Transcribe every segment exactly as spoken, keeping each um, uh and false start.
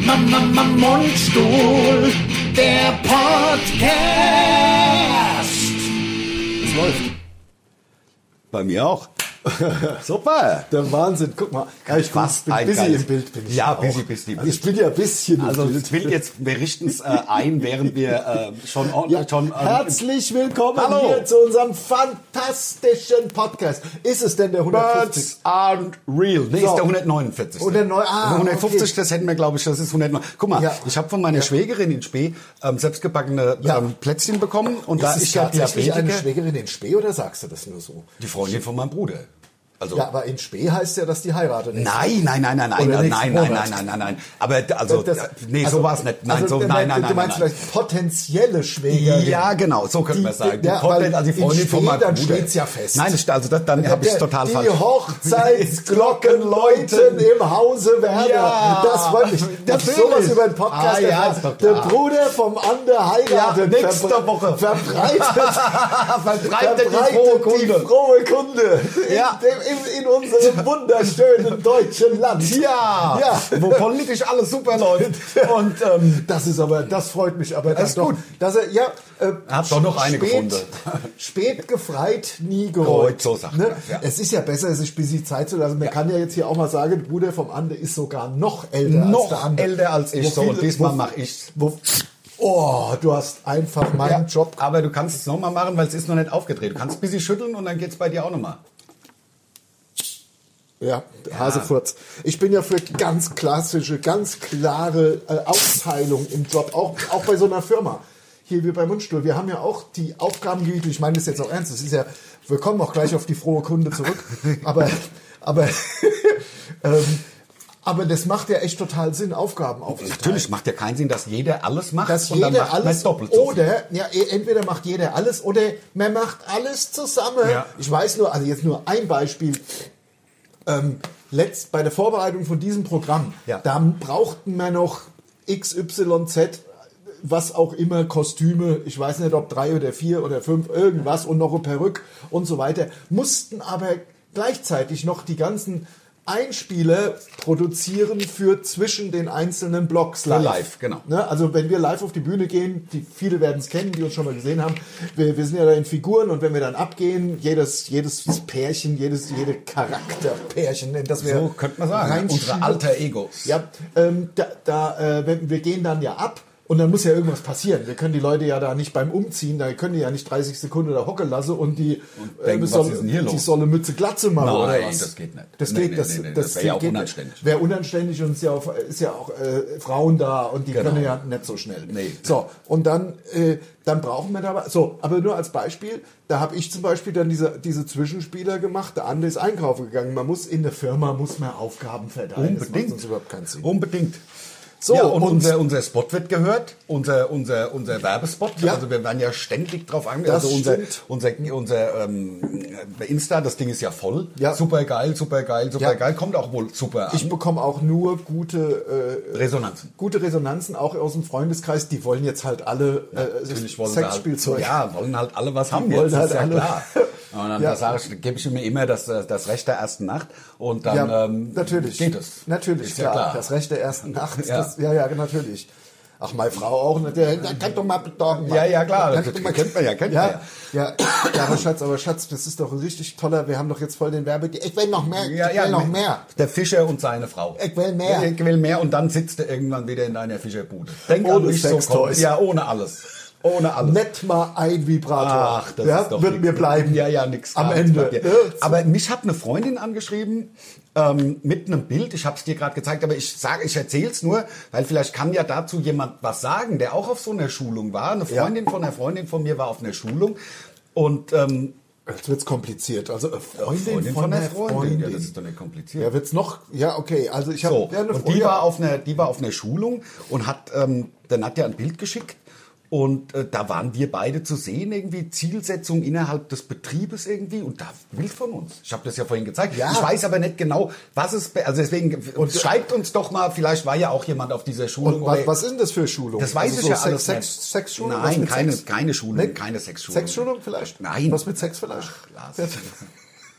Mundstuhl, der Podcast. Es läuft. Bei mir auch. Super. Der Wahnsinn. Guck mal, ja, ich Was bin ein busy geiles- im Bild. Bin ich Ja, auch. busy, busy, Also ich bin ja ein bisschen Also im ich Bild. will jetzt, wir richten es äh, ein, während wir äh, schon... Ja, schon ähm, herzlich willkommen Hallo. hier zu unserem fantastischen Podcast. Ist es denn der hundertfünfzig? Birds aren't real. Nee, So. ist der hundertneunundvierzig. hundertneun ah, hundertfünfzig, okay. das hätten wir, glaube ich, das ist hundertneun. Guck mal, Ja. ich habe von meiner Ja. Schwägerin in Spee ähm, selbstgebackene Ja. ähm, Plätzchen bekommen. Und da Ist es ich ja tatsächlich eine Diabetiker... Schwägerin in Spee oder sagst du das nur so? Die Freundin von meinem Bruder. Also, Ja, aber in Spee heißt ja, dass die heiratet. Nein, nein, nein, nein, nein, Oder nein, nächsten nein, nein, Monat. nein, nein, nein. Aber d- also, Das- nee, also- so war es nicht. Nein, also, so, du nein, meinst- nein, nein, Du meinst nein, nein. vielleicht potenzielle Schwägerin. Ja, genau, so könnte man sagen. Die, ja, Potten- weil also die in Freundin von Spee, meinem dann Bruder. steht's ja fest. Nein, das, also das, dann habe ich es total die falsch. Die Hochzeitsglocken läuten im Hause Werner. Ja, Das freut mich. Dass natürlich. sowas über den Podcast Ah, ja, erfahren. ist doch Der klar. Bruder vom Ander heiratet. Ja, nächste Verbre- Woche. Verbreitet, Verbreitet die verbreitet frohe die Kunde. frohe Kunde. Ja. In, in, in unserem wunderschönen deutschen Land. Ja, Ja. wo politisch alles super läuft. Und ähm, Das ist aber, das freut mich aber dann ist doch, gut. dass er, ja, äh, Hab doch noch eine spät, gefunden. Spät gefreit, nie gereut. Gereut, so sagt ne? man, ja. Es ist ja besser, sich ein bisschen Zeit zu lassen. Man kann ja jetzt hier auch mal sagen, der Bruder vom Ande ist sogar noch älter als der noch Ande. älter als ich. Wo So, und viele- diesmal wo- mache ich's. wo- Oh, du hast einfach meinen Ja, Job. aber du kannst es nochmal machen, weil es ist noch nicht aufgedreht. Du kannst ein bisschen schütteln und dann geht's bei dir auch nochmal. Ja, Hasefurz. Ich bin ja für ganz klassische, ganz klare äh, Aufteilung im Job, auch, auch bei so einer Firma. Hier wie bei Mundstuhl. Wir haben ja auch die Aufgabengebiete, ich meine das jetzt auch ernst, das ist ja, wir kommen auch gleich auf die frohe Kunde zurück, aber, aber, ähm, aber das macht ja echt total Sinn, Aufgaben aufzuteilen. Natürlich macht ja keinen Sinn, dass jeder alles macht. Dass und dann jeder macht man alles, doppelt so viel. oder, ja, eh, entweder macht jeder alles, oder man macht alles zusammen. Ja. Ich weiß nur, also jetzt nur ein Beispiel, ähm, letzt, bei der Vorbereitung von diesem Programm, Ja. da brauchten wir noch X Y Z, was auch immer, Kostüme, ich weiß nicht, ob drei oder vier oder fünf, irgendwas und noch eine Perücke und so weiter, mussten aber gleichzeitig noch die ganzen Einspieler produzieren für zwischen den einzelnen Blocks live. live, genau. Ne? Also wenn wir live auf die Bühne gehen, die viele werden es kennen, die uns schon mal gesehen haben, wir, wir sind ja da in Figuren und wenn wir dann abgehen, jedes, jedes Pärchen, jedes, jede Charakterpärchen, in das wir So könnte man sagen. reinschieben. Unsere alter Egos. Ja, ähm, da, da äh, wenn, wir gehen dann ja ab und dann muss ja irgendwas passieren. Wir können die Leute ja da nicht beim Umziehen, da können die ja nicht dreißig Sekunden da hocken lassen und die Und denken, soll, was ist denn hier die los? solle Mütze Glatze machen Nein, oder was. das geht nicht. Das Nee, geht, nee, das, nee, nee, das, das wäre ja auch geht unanständig. nicht. Wäre unanständig und es ist ja auch, ist ja auch äh, Frauen da und die Genau. können ja nicht so schnell. Nee. So, und dann, äh, dann brauchen wir da, so, aber nur als Beispiel, da habe ich zum Beispiel dann diese, diese Zwischenspieler gemacht, der andere ist einkaufen gegangen. Man muss in der Firma, muss man Aufgaben verteilen. Das macht Unbedingt. sonst überhaupt keinen Sinn. Unbedingt. So, ja, und, und- unser, unser Spot wird gehört, unser, unser, unser Werbespot. Ja. Also wir werden ja ständig drauf ange... Das Also unser, stimmt. unser, unser ähm, Insta, das Ding ist ja voll. Ja. Super geil, super geil, super Ja. geil. Kommt auch wohl super an. Ich bekomme auch nur gute, äh, Resonanzen. gute Resonanzen, auch aus dem Freundeskreis. Die wollen jetzt halt alle äh, Natürlich wollen sie Sexspielzeug. Halt, ja, wollen halt alle was haben. Die wollen Jetzt, halt ist ja alle. klar. Und dann Ja. da sage ich, gebe ich mir immer das, das Recht der ersten Nacht und dann Ja, ähm, natürlich. geht es. Natürlich, Ist klar. ja klar. Das Recht der ersten Nacht. Ja. Das, ja, ja, natürlich. Ach, meine Frau auch nicht. Der, der kann doch mal besorgen. Mann. Ja, ja, klar. Kann Das doch mal- kennt man ja, kennt ja, man ja. Ja, aber Schatz, aber Schatz, das ist doch ein richtig toller. Wir haben doch jetzt voll den Werbe. Ich will noch mehr. Ja, ich ja, will noch mehr. Der Fischer und seine Frau. Ich will mehr. Ich will mehr und dann sitzt er irgendwann wieder in deiner Fischerbude. Denk Ohne an mich, so Sextoys. kommt. Ja, ohne alles. Ohne alles. Nicht mal ein Vibrator. Ach, das ja, ist doch wird nix. mir bleiben. Ja, ja, nix. Am gar Ende. nichts bei dir. Ne? Aber mich hat eine Freundin angeschrieben ähm, mit einem Bild. Ich habe es dir gerade gezeigt, aber ich sage, ich erzähle es nur, weil vielleicht kann ja dazu jemand was sagen, der auch auf so einer Schulung war. Eine Freundin von einer Freundin von mir war auf einer Schulung und ähm, Jetzt wird's kompliziert. Also eine Freundin, Freundin von, von der einer Freundin. Freundin. Ja, das ist doch nicht kompliziert. Ja, wird's noch. Ja, okay. Also ich habe So, ja, eine und die Freundin- war auf einer, die war auf einer Schulung und hat ähm, dann hat ja ein Bild geschickt Und äh, da waren wir beide zu sehen, irgendwie Zielsetzung innerhalb des Betriebes irgendwie und da Bild von uns. Ich habe das ja vorhin gezeigt. Ja. Ich weiß aber nicht genau, was es, be- also deswegen, und schreibt uns doch mal, vielleicht war ja auch jemand auf dieser Schulung. Und was, oder- was ist denn das für Schulung? Das weiß Also ich so ja Sex, alles Sex, nicht. Sexschulung? Was Nein, mit keine, Sex? keine Schulung, Nee? keine Sexschulung. Sexschulung vielleicht? Nein. Was mit Sex vielleicht? Lars.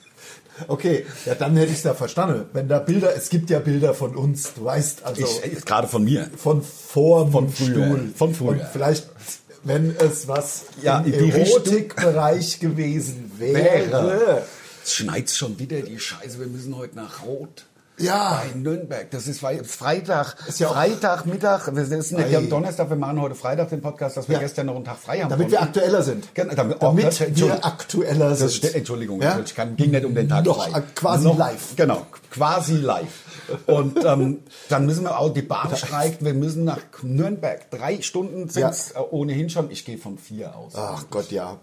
Okay, ja, dann hätte ich es ja verstanden. Wenn da Bilder, es gibt ja Bilder von uns, du weißt, also Ich, gerade von mir. von vor Von dem früher. Stuhl. Von früher. Und vielleicht, wenn es was Ja, im in die Erotikbereich gewesen wäre. Wäre. Es schneit schon wieder, die Scheiße, wir müssen heute nach Rot. Ja. Bei Nürnberg. Das ist Freitag. Ist ja auch- Freitagmittag. Wir sind Ei. ja am Donnerstag. Wir machen heute Freitag den Podcast, dass wir Ja. gestern noch einen Tag frei haben. Damit wir konnten. aktueller sind. Genau, damit, Damit oh, das- wir Entschuldigung. aktueller Das sind. ste- Entschuldigung, Ja? ich kann, ging nicht um den Tag Noch frei. quasi live. Genau, quasi live. Und ähm, dann müssen wir auch, die Bahn streikt, wir müssen nach Nürnberg. Drei Stunden sind es Ja. ohnehin schon. Ich gehe von vier aus. Ach Gott, ja.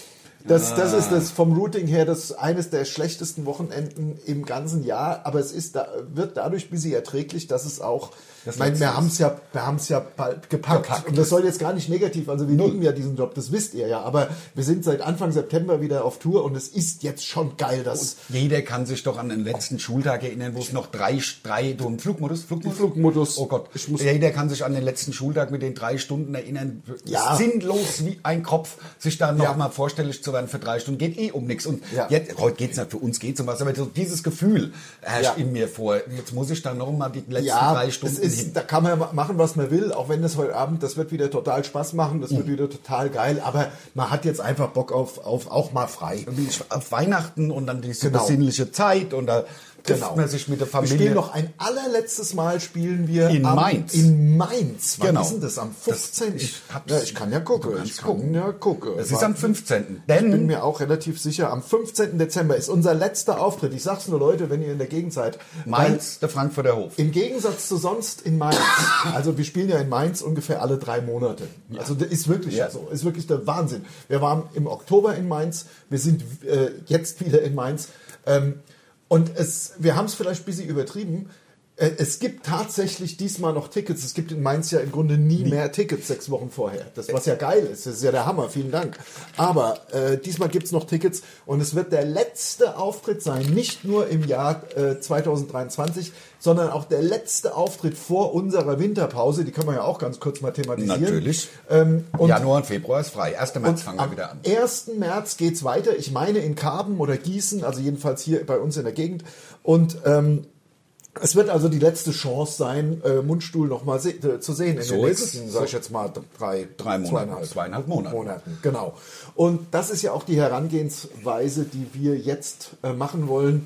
Das, das ist das vom Routing her das eines der schlechtesten Wochenenden im ganzen Jahr, aber es ist da, wird dadurch ein bisschen erträglich, dass es auch, Das ich meine, letzte wir haben es ja, wir haben es ja bald gepackt. Gepackt. Und das soll jetzt gar nicht negativ, also wir lieben ja diesen Job, das wisst ihr ja, aber wir sind seit Anfang September wieder auf Tour und es ist jetzt schon geil, dass Jeder kann sich doch an den letzten Schultag erinnern, wo es noch drei, drei du im Flugmodus, Flugmodus? Flugmodus. Oh Gott, Ich muss- jeder kann sich an den letzten Schultag mit den drei Stunden erinnern. Ja. Sinnlos wie ein Kopf, sich da noch Ja. mal vorstellig zu werden für drei Stunden. Geht eh um nichts. Und Ja. jetzt, heute geht's nicht, für uns geht's um was, aber so dieses Gefühl herrscht Ja. in mir vor. Jetzt muss ich da noch mal die letzten ja, drei es Stunden ist, hin. da kann man ja machen, was man will, auch wenn das heute Abend, das wird wieder total Spaß machen, das Mhm. wird wieder total geil, aber man hat jetzt einfach Bock auf, auf auch mal frei. Auf Weihnachten und dann diese Genau. besinnliche Zeit und da trifft Genau. man sich mit der Wir Familie. spielen noch ein allerletztes Mal, spielen wir In am, Mainz. In Mainz. Wann Genau. ist denn das? Am fünfzehnten? Das- ich hab's- ja, ich kann ja gucken. Du kannst Ich kann gucken. ja gucken. Es ist War- am fünfzehnten. Ich bin Denn mir auch relativ sicher, am fünfzehnten Dezember ist unser letzter Auftritt. Ich sag's nur, Leute, wenn ihr in der Gegend seid. Mainz, der Frankfurter Hof. Im Gegensatz zu sonst in Mainz, also wir spielen ja in Mainz ungefähr alle drei Monate. Also das ist wirklich Ja. so, ist wirklich der Wahnsinn. Wir waren im Oktober in Mainz, wir sind äh, jetzt wieder in Mainz. Ähm, und es, wir haben es vielleicht ein bisschen übertrieben. Äh, es gibt tatsächlich diesmal noch Tickets. Es gibt in Mainz ja im Grunde nie, mehr Tickets sechs Wochen vorher. Das, was ja geil ist. Das ist ja der Hammer. Vielen Dank. Aber äh, diesmal gibt es noch Tickets und es wird der letzte Auftritt sein. Nicht nur im Jahr äh, zwanzig dreiundzwanzig, sondern auch der letzte Auftritt vor unserer Winterpause. Die können wir ja auch ganz kurz mal thematisieren. Natürlich. Ähm, und Januar und Februar ist frei. erster März fangen wir am wieder an. ersten März geht's weiter. Ich meine in Karben oder Gießen, also jedenfalls hier bei uns in der Gegend. Und ähm, es wird also die letzte Chance sein, äh, Mundstuhl noch mal se äh, zu sehen in So den ist nächsten, es. sag ich jetzt mal, drei, Drei Monate, zweieinhalb, zweieinhalb Monate. Monaten. Genau. Und das ist ja auch die Herangehensweise, die wir jetzt äh, machen wollen.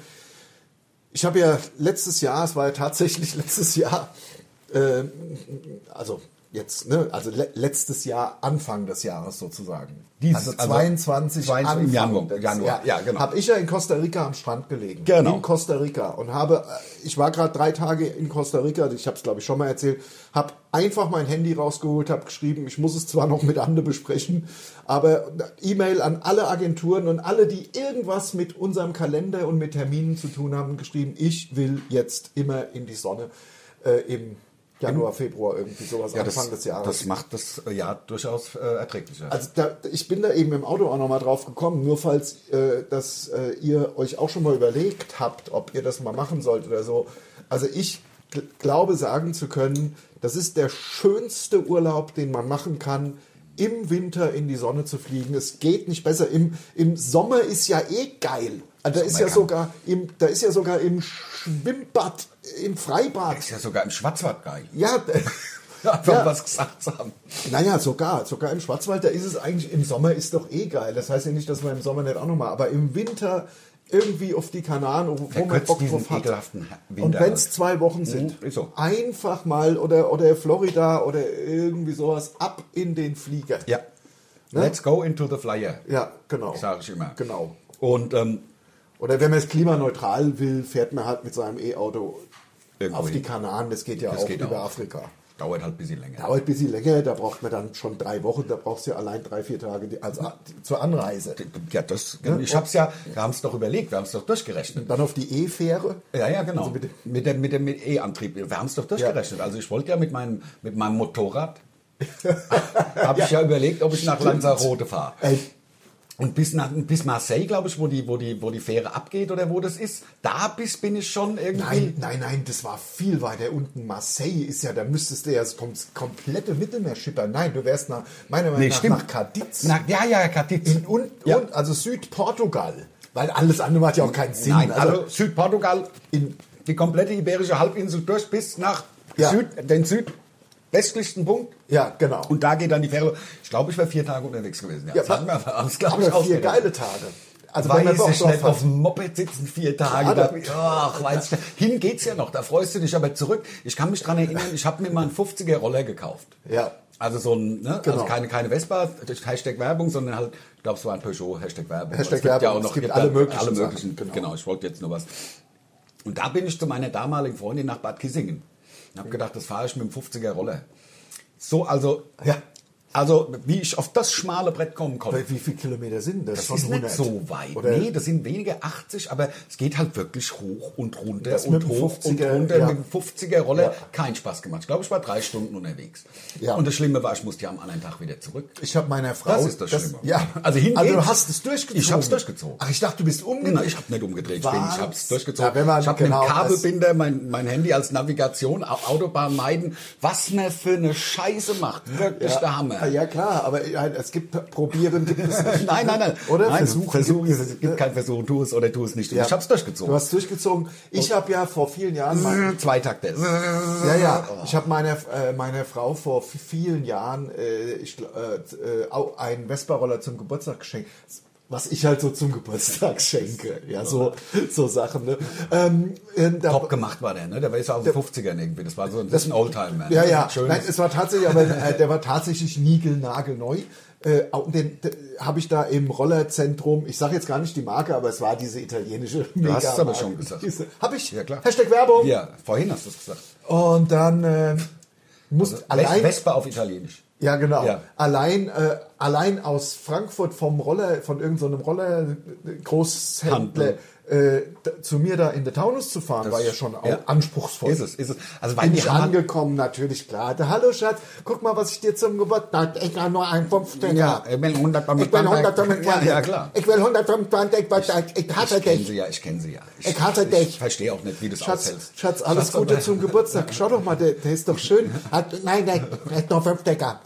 Ich habe ja letztes Jahr, es war ja tatsächlich letztes Jahr, äh, also jetzt, ne, also le letztes Jahr, Anfang des Jahres sozusagen. Dieses- also also zweiundzwanzig, zweiundzwanzig im Anfang Januar, des- Januar, ja, genau. Habe ich ja in Costa Rica am Strand gelegen. Genau. In Costa Rica und habe, ich war gerade drei Tage in Costa Rica, ich habe es glaube ich schon mal erzählt, habe einfach mein Handy rausgeholt, habe geschrieben, ich muss es zwar noch mit anderen besprechen, aber E-Mail an alle Agenturen und alle, die irgendwas mit unserem Kalender und mit Terminen zu tun haben, geschrieben, ich will jetzt immer in die Sonne äh, im Januar, Februar, irgendwie sowas, Ja, Anfang das, des Jahres. das macht das äh, Jahr durchaus äh, erträglicher. Also da, ich bin da eben im Auto auch nochmal drauf gekommen, nur falls äh, dass, äh, ihr euch auch schon mal überlegt habt, ob ihr das mal machen sollt oder so. Also ich gl- glaube sagen zu können, das ist der schönste Urlaub, den man machen kann, im Winter in die Sonne zu fliegen. Es geht nicht besser. Im, im Sommer ist ja eh geil. Also da ist ja kann- sogar im, da ist ja sogar im Schwimmbad, im Freibad. ist ja sogar im Schwarzwald geil. Ja, Einfach Ja. was gesagt zu haben. naja, sogar, sogar im Schwarzwald, da ist es eigentlich, im Sommer ist doch eh geil. Das heißt ja nicht, dass man im Sommer nicht auch nochmal, aber im Winter irgendwie auf die Kanaren, wo man Verkürzt Bock diesen drauf hat. ekelhaften Winter Und wenn halt. es zwei Wochen sind, Mhm, ist so. einfach mal, oder, oder Florida oder irgendwie sowas, ab in den Flieger. Ja. Ne? Let's go into the flyer. Ja, genau. Sage ich immer. Genau. Und ähm, Oder wenn man es klimaneutral will, fährt man halt mit seinem E-Auto Irgendwo auf die hin. Kanaren. Das geht ja Das auch geht über auch. Afrika. dauert halt ein bisschen länger. Dauert ein bisschen länger, da braucht man dann schon drei Wochen, da brauchst du ja allein drei, vier Tage die- als, zur Anreise. Ja, das, ich hab's ja, wir haben es doch überlegt, wir haben es doch durchgerechnet. Dann auf die E-Fähre. Ja, ja, genau. Also mit mit, dem- dem mit dem mit E-Antrieb. Wir haben es doch durchgerechnet. Also ich wollte ja mit meinem, mit meinem Motorrad, habe ich ja überlegt, ob ich nach Stimmt. Lanzarote fahre. Ey, Und bis, nach, bis Marseille, glaube ich, wo die, wo, die, wo die Fähre abgeht oder wo das ist, da bis bin ich schon irgendwie... nein, nein, nein, das war viel weiter unten. Marseille ist ja, da müsstest du ja das kom komplette Mittelmeer schippern. Nein, du wärst nach, meiner Meinung Nee, nach stimmt. nach Cadiz. Na, ja, ja, Katiz. In, und, Ja. und, also Südportugal. Weil alles andere macht ja auch keinen Sinn. Nein, also, also Südportugal, in die komplette iberische Halbinsel durch bis nach Ja. Süd, den südwestlichsten Punkt. ja, genau. Und da geht dann die Fähre. Ich glaube, ich wäre vier Tage unterwegs gewesen. Ja, Ja, das hat mir aber alles, glaub ich, aber vier ausgerechnet. geile Tage. Also wenn man Weiß Bock ich drauf nicht, hat. auf dem Moped sitzen vier Tage. Ja, Da, da- ach, weiß ich nicht. Hin geht's ja noch, da freust du dich aber zurück. Ich kann mich dran erinnern, ich habe mir mal einen fünfziger Roller gekauft. Ja. Also so ein, ne? Genau. Also keine, keine Vespa, durch Hashtag Werbung, sondern halt, ich glaube, es war ein Peugeot, Hashtag Werbung. Hashtag es gibt ja Werbung, auch noch es gibt ja alle möglichen alle Sachen, möglichen genau. genau. Ich wollte jetzt nur was. Und da bin ich zu meiner damaligen Freundin nach Bad Kissingen. Ich habe gedacht, das fahre ich mit dem fünfziger Roller. So, also, Ja. also wie ich auf das schmale Brett kommen konnte. Wie viele Kilometer sind das? Das Von ist nicht hundert? so weit. Oder? Nee, das sind weniger achtzig, aber es geht halt wirklich hoch und runter Das und mit dem hoch fünfziger, und runter ja. mit dem fünfziger Roller. Ja. Kein Spaß gemacht. Ich glaube, ich war drei Stunden unterwegs. Ja. Und das Schlimme war, ich musste ja am anderen Tag wieder zurück. Ich habe meiner Frau... Das ist das Schlimme. Ja, Also hingehen- also du hast es durchgezogen. Ich hab's durchgezogen. Ach, ich dachte, du bist umgedreht. Nein, ich habe nicht umgedreht. Ich, bin, ich habe es durchgezogen. Ja, wenn man- ich habe genau, mit dem das- Kabelbinder mein, mein Handy als Navigation, Au- Autobahn meiden. Was man für eine Scheiße macht. Wirklich ja. der Hammer. Ah, ja, klar, aber ja, es gibt Probieren, gibt es nicht. Nein, nein, nein. Oder? Nein, Versuchen Versuchen. gibt Es gibt kein Versuchen. Tu es oder tu es nicht. Ja. Ich habe es durchgezogen. Du hast durchgezogen. Ich habe ja vor vielen Jahren... Mein, Zwei Takte. ja, ja. Ich habe meiner, äh, meiner Frau vor v- vielen Jahren äh, ich, gl- äh, äh, auch einen Vespa-Roller zum Geburtstag geschenkt. Was ich halt so zum Geburtstag schenke. Ja, so, so Sachen. Ne? Ähm, äh, da, Top gemacht war der, ne? Der war jetzt aus den fünfzigern irgendwie. Das war so ein, das ist ein Oldtimer. Ja, ja. Schön. Nein, es war tatsächlich, aber äh, der war tatsächlich niegelnagelneu. Äh, auch den, den habe ich da im Rollerzentrum, ich sage jetzt gar nicht die Marke, aber es war diese italienische Du hast es aber Megamarke. schon gesagt. Diese, hab ich? Ja, klar. Hashtag Werbung. Ja, vorhin hast du es gesagt. Und dann äh, musst Also, allein... Vespa auf Italienisch. Ja, genau. Ja. Allein, äh, allein aus Frankfurt vom Roller, von irgendeinem so Roller Großhändler Handel. äh, da, zu mir da in der Taunus zu fahren, Das- war ja schon auch ja. anspruchsvoll. Ist es, ist es. Also weil Bin die ich haben angekommen, natürlich klar. Da, hallo Schatz, guck mal, was ich dir zum Geburtstag... Ich will nur ein fünfziger. Ja, ich will hundertfünfundzwanzig. Ich will hundertfünfundzwanzig. Ja, ja, klar. Ich will hundertfünfundzwanzig, ich hasse Ich kenne dich. sie ja, ich kenne sie ja. Ich hasse dich. Ich verstehe auch nicht, wie du es Schatz, aushältst. Schatz, alles Schatz, Gute aber- zum Geburtstag. Schau doch mal, der, der ist doch schön. Hat, nein, nein, der ist noch fünfziger.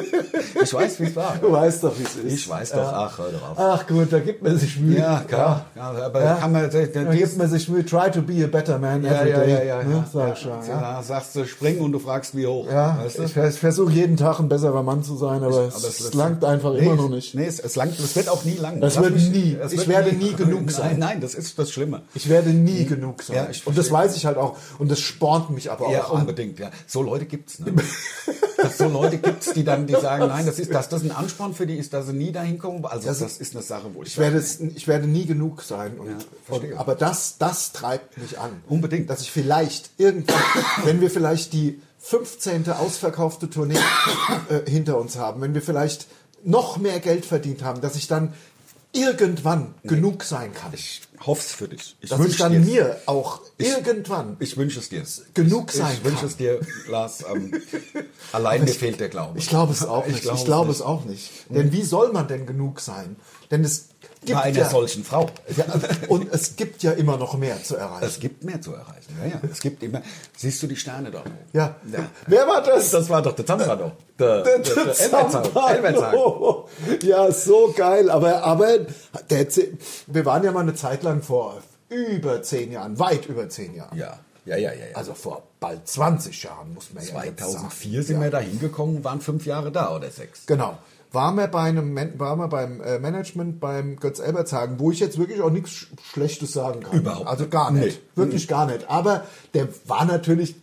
Ich weiß, wie es war. Du weißt doch, wie es ist. Ich weiß doch. Ach, hör doch auf. Ach gut, da gibt man sich Mühe. Ja, klar. Ja, aber Ja. kann man... Da gibt man sich Mühe. Try to be a better man Ja, every ja, day. ja, ja, Ne? ja. Sag ich schon, ja. Da sagst du, spring und du fragst, wie hoch. Ja, weißt du? ich, vers- versuche jeden Tag ein besserer Mann zu sein, aber, es, Aber es- es langt einfach nee, immer noch nicht. Nee, es, es langt, es wird auch nie lang. Es Lass wird mich- nie. es Ich wird werde nie genug Nein, sein. nein, das ist das Schlimme. Ich werde nie genug sein. Ja, ich und das verstehe. weiß ich halt auch. Und das spornt mich aber Ja, auch an. unbedingt, ja. So Leute gibt's, ne? Dass so Leute gibt's, die dann, die sagen, nein, das ist, dass das ein Ansporn für die ist, dass sie nie dahin kommen. Also das, ist eine Sache, wo ich, Ich werde, es, ich werde nie genug sein. Und, verstehe. und, aber das, das treibt mich an. Unbedingt. Dass ich vielleicht irgendwann, wenn wir vielleicht die fünfzehnte ausverkaufte Tournee äh, hinter uns haben, wenn wir vielleicht noch mehr Geld verdient haben, dass ich dann irgendwann genug sein kann. ich hoffe es für dich. Ich dass ich wünsche dann dir's. mir auch irgendwann Ich wünsche es dir. genug sein Ich wünsche kann. es dir, Lars. Ähm, allein mir fehlt der Glaube. Ich glaube es auch Ich nicht. glaube Ich glaube es es auch nicht. Denn wie soll man denn genug sein? Denn es gibt Bei einer ja, solchen Frau. ja, und es gibt ja immer noch mehr zu erreichen. Es gibt mehr zu erreichen. Ja, ja. Es gibt immer. Siehst du die Sterne dort oben? Ja. Ja. Wer war das? Das war doch der Zampano. Der, der, der, der Elbertshagen. Elbertshagen. Zampano. Ja, so geil. Aber, aber der, Z- wir waren ja mal eine Zeit lang vor über zehn Jahren, weit über zehn Jahren. Ja, ja, ja, ja. ja. Also vor bald zwanzig Jahren, muss man ja jetzt zweitausendvier sagen. sind ja. wir da hingekommen und waren fünf Jahre da oder sechs. Genau. Waren wir, bei einem, Man- waren wir beim äh, Management beim Götz Elbertshagen, wo ich jetzt wirklich auch nichts Sch- Schlechtes sagen kann. Überhaupt Also nicht. gar nicht. Nee. Wirklich gar nicht. Aber der war natürlich,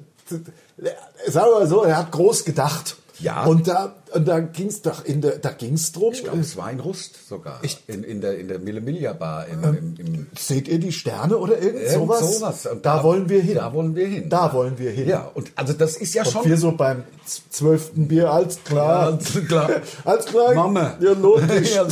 sagen wir mal so, er hat groß gedacht. Ja. Und da, und da ging es doch in der, da ging's drum. Ich glaube, es war in Rust sogar. in, in der, in der Mille Miglia Bar. Im, im, im Seht ihr die Sterne oder irgend Irgend sowas? sowas. Und da, da- wollen wir hin. da wollen wir hin. Da wollen wir hin. ja, und also das ist ja Und schon. wir so beim z- zwölften Bier, alles klar. Ja, alles klar. Alles klar. Mama. Ja, logisch. Ja.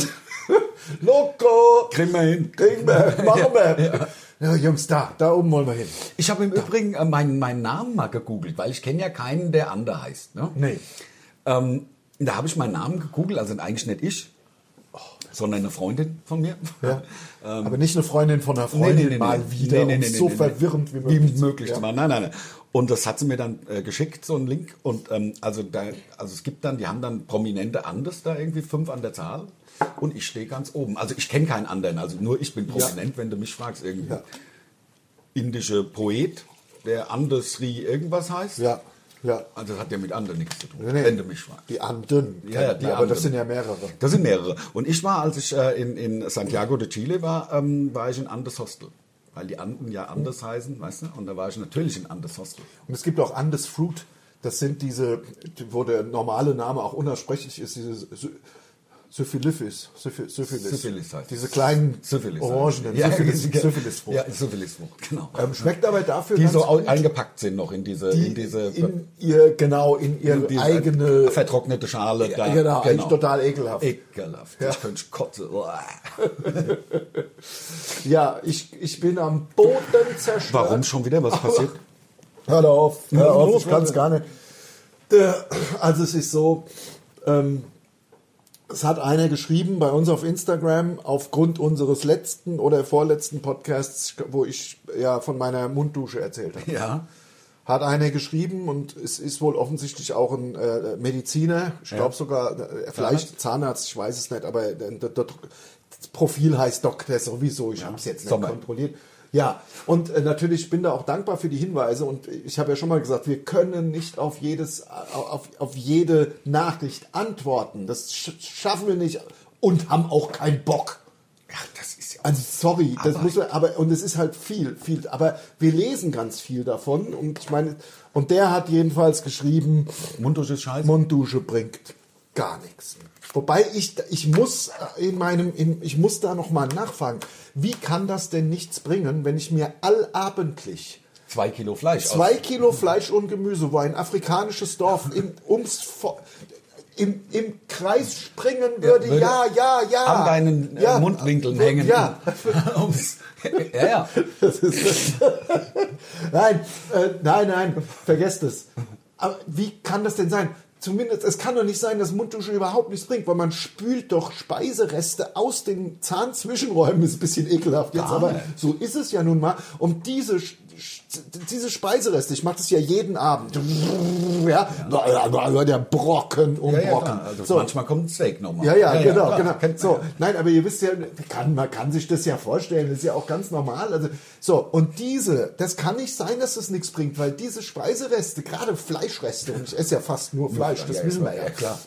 Loco. Kriegen wir hin. Kriegen wir. Machen wir. Ja, Jungs, da. Da oben wollen wir hin. Ich habe im Übrigen äh, meinen, meinen Namen mal gegoogelt, weil ich kenne ja keinen, der Ander heißt. Ne? Nee. Ähm, da habe ich meinen Namen gegoogelt, also eigentlich nicht ich, sondern eine Freundin von mir. Ja. Aber nicht eine Freundin von einer Freundin mal wieder, um es so verwirrend wie möglich, wie möglich ja. zu machen. Nein, nein, nein. Und das hat sie mir dann äh, geschickt, so einen Link. Und ähm, also, da, also es gibt dann, die haben dann prominente Andes da irgendwie, fünf an der Zahl. Und ich stehe ganz oben. Also ich kenne keinen anderen, also nur ich bin prominent, ja. Wenn du mich fragst. Irgendwie ja. Indische Poet, der Andesri irgendwas heißt. Ja, ja. Also das hat ja mit Anden nichts zu tun, nee, nee. wenn du mich fragst. Die Anden. Ja, ja, die aber Anden. Das sind ja mehrere. Das sind mehrere. Und ich war, als ich äh, in, in Santiago de Chile war, ähm, war ich in Andes Hostel. Weil die Anden ja Andes heißen, weißt du? Und da war ich natürlich in Andes Hostel. Und es gibt auch Andes Fruit. Das sind diese, wo der normale Name auch unaussprechlich ist, diese Syphilis. Syphilis. Syphilis heißt Diese kleinen Syphilis orangenen ja, Syphilis-Frucht. Syphilis ja, Syphilis-Frucht, genau. Ähm, schmeckt aber dafür die ganz so gut, eingepackt sind noch in diese... die in, diese, in ihr, genau, in ihre in diese eigene... vertrocknete Schale. Ja, da, genau, genau, eigentlich total ekelhaft. Ekelhaft. Ja. Ich könnte kotzen. Ja, ich, ich bin am Boden zerstört. Warum schon wieder? Was passiert? Hör auf, hör auf, los, ich kann es gar nicht. Der- Also es ist so, ähm, es hat einer geschrieben bei uns auf Instagram, aufgrund unseres letzten oder vorletzten Podcasts, wo ich ja von meiner Munddusche erzählt habe. Ja. Hat einer geschrieben und es ist wohl offensichtlich auch ein äh, Mediziner, ich glaube Ja. sogar, äh, vielleicht Zahnarzt, ich weiß es nicht, aber der, der, der, das Profil heißt Doktor sowieso, ich habe es jetzt nicht Sommer. kontrolliert. Ja, und äh, natürlich bin da auch dankbar für die Hinweise und ich habe ja schon mal gesagt, wir können nicht auf jedes, auf, auf jede Nachricht antworten. Das sch schaffen wir nicht und haben auch keinen Bock. Ja, das ist ja... Also sorry, das Aber- muss man, aber und es ist halt viel, viel, aber wir lesen ganz viel davon und ich meine, und der hat jedenfalls geschrieben, Munddusche ist scheiße. Munddusche bringt gar nichts. Wobei ich, ich muss in meinem, in, ich muss da noch mal nachfragen, wie kann das denn nichts bringen, wenn ich mir allabendlich Zwei Kilo Fleisch. zwei aus- Kilo Fleisch und Gemüse, wo ein afrikanisches Dorf im, ums, Vo- im, im Kreis springen würde, würde ja, ja, ja. an deinen äh, ja, Mundwinkeln äh, hängen. Ja. Ums- ja, ja. Das ist, nein, äh, nein, nein, vergesst es. Aber wie kann das denn sein? Zumindest, es kann doch nicht sein, dass Munddusche überhaupt nichts bringt, weil man spült doch Speisereste aus den Zahnzwischenräumen. Ist ein bisschen ekelhaft jetzt, Gar aber nicht. so ist es ja nun mal. Und diese, Sch- Sch- diese Speisereste, ich mache das ja jeden Abend. Ja, ja. Der Brocken um Ja, ja, Brocken. klar. Also So. manchmal kommt ein Steak nochmal. Ja, ja, genau, klar. genau. Kennt man So, ja. nein, aber ihr wisst ja, kann, man kann sich das ja vorstellen, das ist ja auch ganz normal. Also, so, und diese, das kann nicht sein, dass das nichts bringt, weil diese Speisereste, gerade Fleischreste, und ich esse ja fast nur Fleisch, das Ja, wissen ja, wir ja, ja, klar.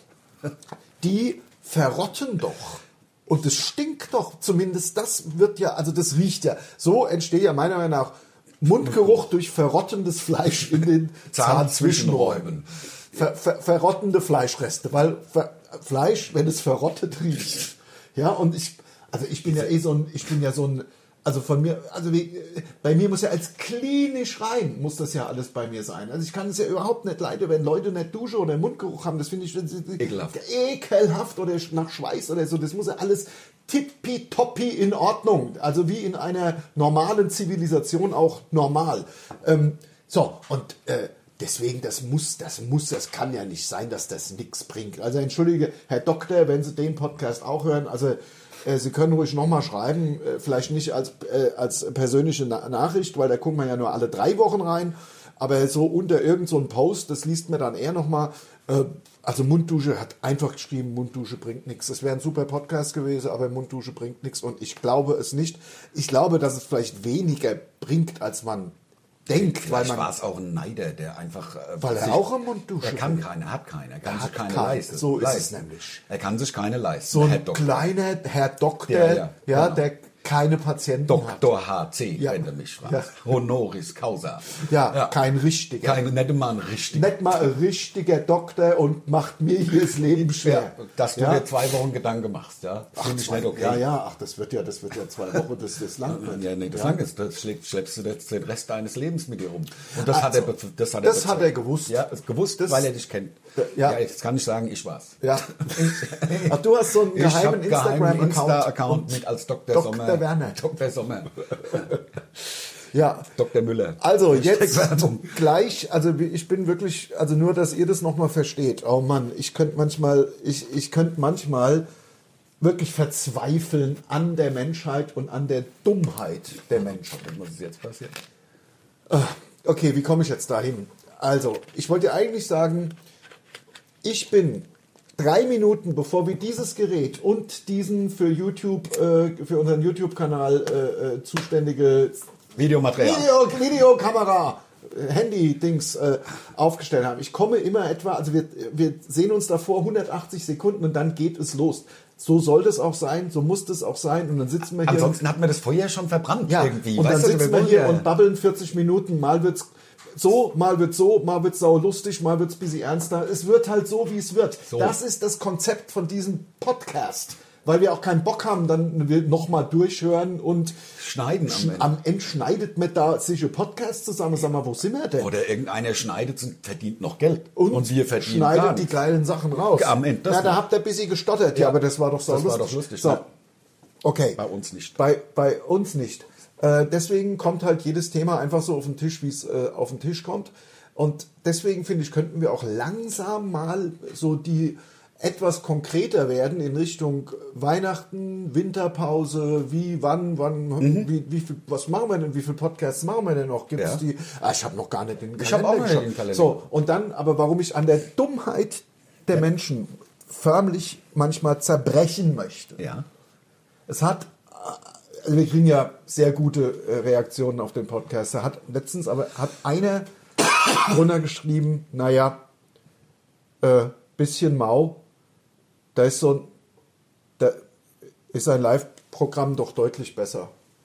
die verrotten doch. Und es stinkt doch, zumindest das wird ja, also das riecht ja. So entsteht ja meiner Meinung nach Mundgeruch durch verrottendes Fleisch in den Zahnzwischenräumen. Ver, ver, verrottende Fleischreste, weil ver, Fleisch, wenn es verrottet riecht. Ja, und ich, also ich bin ja eh so ein, ich bin ja so ein, also von mir, also wie, bei mir muss ja als klinisch rein, muss das ja alles bei mir sein. Also ich kann es ja überhaupt nicht leiden, wenn Leute nicht Dusche oder Mundgeruch haben, das finde ich Ekelhaft. ekelhaft oder nach Schweiß oder so, das muss ja alles tippitoppi in Ordnung, also wie in einer normalen Zivilisation auch normal. Ähm, so, und äh, deswegen, das muss, das muss, das kann ja nicht sein, dass das nichts bringt. Also entschuldige, Herr Doktor, wenn Sie den Podcast auch hören, also äh, Sie können ruhig nochmal schreiben, äh, vielleicht nicht als, äh, als persönliche Na- Nachricht, weil da guckt man ja nur alle drei Wochen rein, aber so unter irgend so ein Post, das liest man dann eher nochmal. Äh, also Munddusche hat einfach geschrieben, Munddusche bringt nichts. Das wäre ein super Podcast gewesen, aber Munddusche bringt nichts und ich glaube es nicht. Ich glaube, dass es vielleicht weniger bringt, als man denkt, weil Vielleicht man war es auch ein Neider, der einfach... äh, Weil er sich- auch eine Munddusche Er kann will. keine, er hat keine. Er kann Er sich hat keine keine. leisten. So ist es leisten. nämlich. Er kann sich keine leisten. so Herr ein Doktor. kleiner Herr Doktor, Ja, ja, ja, genau. der keine Patienten hat. Doktor H C, Ja. wenn du mich fragst. Ja. Honoris Causa. Ja, kein richtiger. Kein, nicht mal ein richtiger. Nicht mal ein richtiger Doktor und macht mir hier das Leben schwer. Ja, dass du ja? dir zwei Wochen Gedanken machst, ja. Finde ich nicht okay. Ja, ja, ach, das wird ja, das wird ja zwei Wochen, das, das lang wird. Ja, nee, das ja. lang ist. Das schlägst, schleppst du jetzt den Rest deines Lebens mit dir rum. Und das hat er, be- das hat er, Das hat er gewusst. Ja, ist gewusst, Das- weil er dich kennt. Ja. Ja, jetzt kann ich sagen, ich war's. Ja. Ach, du hast so einen Ich habe geheimen einen geheimen Instagram-Account. Insta-Account mit als Doktor Doktor Sommer. Werner. Doktor Sommer. Ja. Doktor Müller. Also jetzt Steckwerbung. gleich, also wie- ich bin wirklich, also nur, dass ihr das nochmal versteht. Oh Mann, ich könnte manchmal, ich, ich könnte manchmal wirklich verzweifeln an der Menschheit und an der Dummheit der Menschheit. Was ist jetzt passiert? Okay, wie komme ich jetzt dahin? Also, ich wollte eigentlich sagen, ich bin drei Minuten, bevor wir dieses Gerät und diesen für YouTube, äh, für unseren YouTube-Kanal äh, äh, zuständige Videomaterial. Video, Videokamera, Handy-Dings äh, aufgestellt haben. Ich komme immer etwa, also wir, wir sehen uns davor hundertachtzig Sekunden und dann geht es los. So soll das auch sein, so muss das auch sein und dann sitzen wir hier. Ansonsten hat man das Feuer schon verbrannt ja, irgendwie. Und weißt dann du, sitzen wir wir hier ja. und babbeln vierzig Minuten, mal wird's so, mal wird's so, mal wird's sau lustig, mal wird's ein bisschen ernster. Es wird halt so, wie es wird. So. Das ist das Konzept von diesem Podcast. Weil wir auch keinen Bock haben, dann nochmal durchhören und schneiden am Ende. Am Ende schneidet man da sich ein Podcast zusammen. Sag mal, wo sind wir denn? Oder irgendeiner schneidet und verdient noch Geld. Und, und wir verdienen schneidet gar die nichts. geilen Sachen raus. Am Ende das ja, da noch. habt ihr ein bisschen gestottert. Ja, Ja, aber das war doch so das lustig. war doch lustig, So. ne? Okay. Bei uns nicht. Bei, bei uns nicht. Äh, deswegen kommt halt jedes Thema einfach so auf den Tisch, wie es äh, auf den Tisch kommt. Und deswegen finde ich, könnten wir auch langsam mal so die etwas konkreter werden in Richtung Weihnachten, Winterpause, wie, wann, wann, Mhm. wie, wie viel, was machen wir denn, wie viele Podcasts machen wir denn noch? Gibt es Ja. die? Ah, ich habe noch gar nicht den Kalender Ich habe auch noch nicht geschaut. den Kalender. So, und dann, aber warum ich an der Dummheit der Ja. Menschen förmlich manchmal zerbrechen möchte. Ja. Es hat, also wir kriegen ja sehr gute äh, Reaktionen auf den Podcast. Da hat letztens aber hat einer drunter geschrieben, naja, äh, bisschen mau, da ist so ein, da ist ein Live-Programm doch deutlich besser.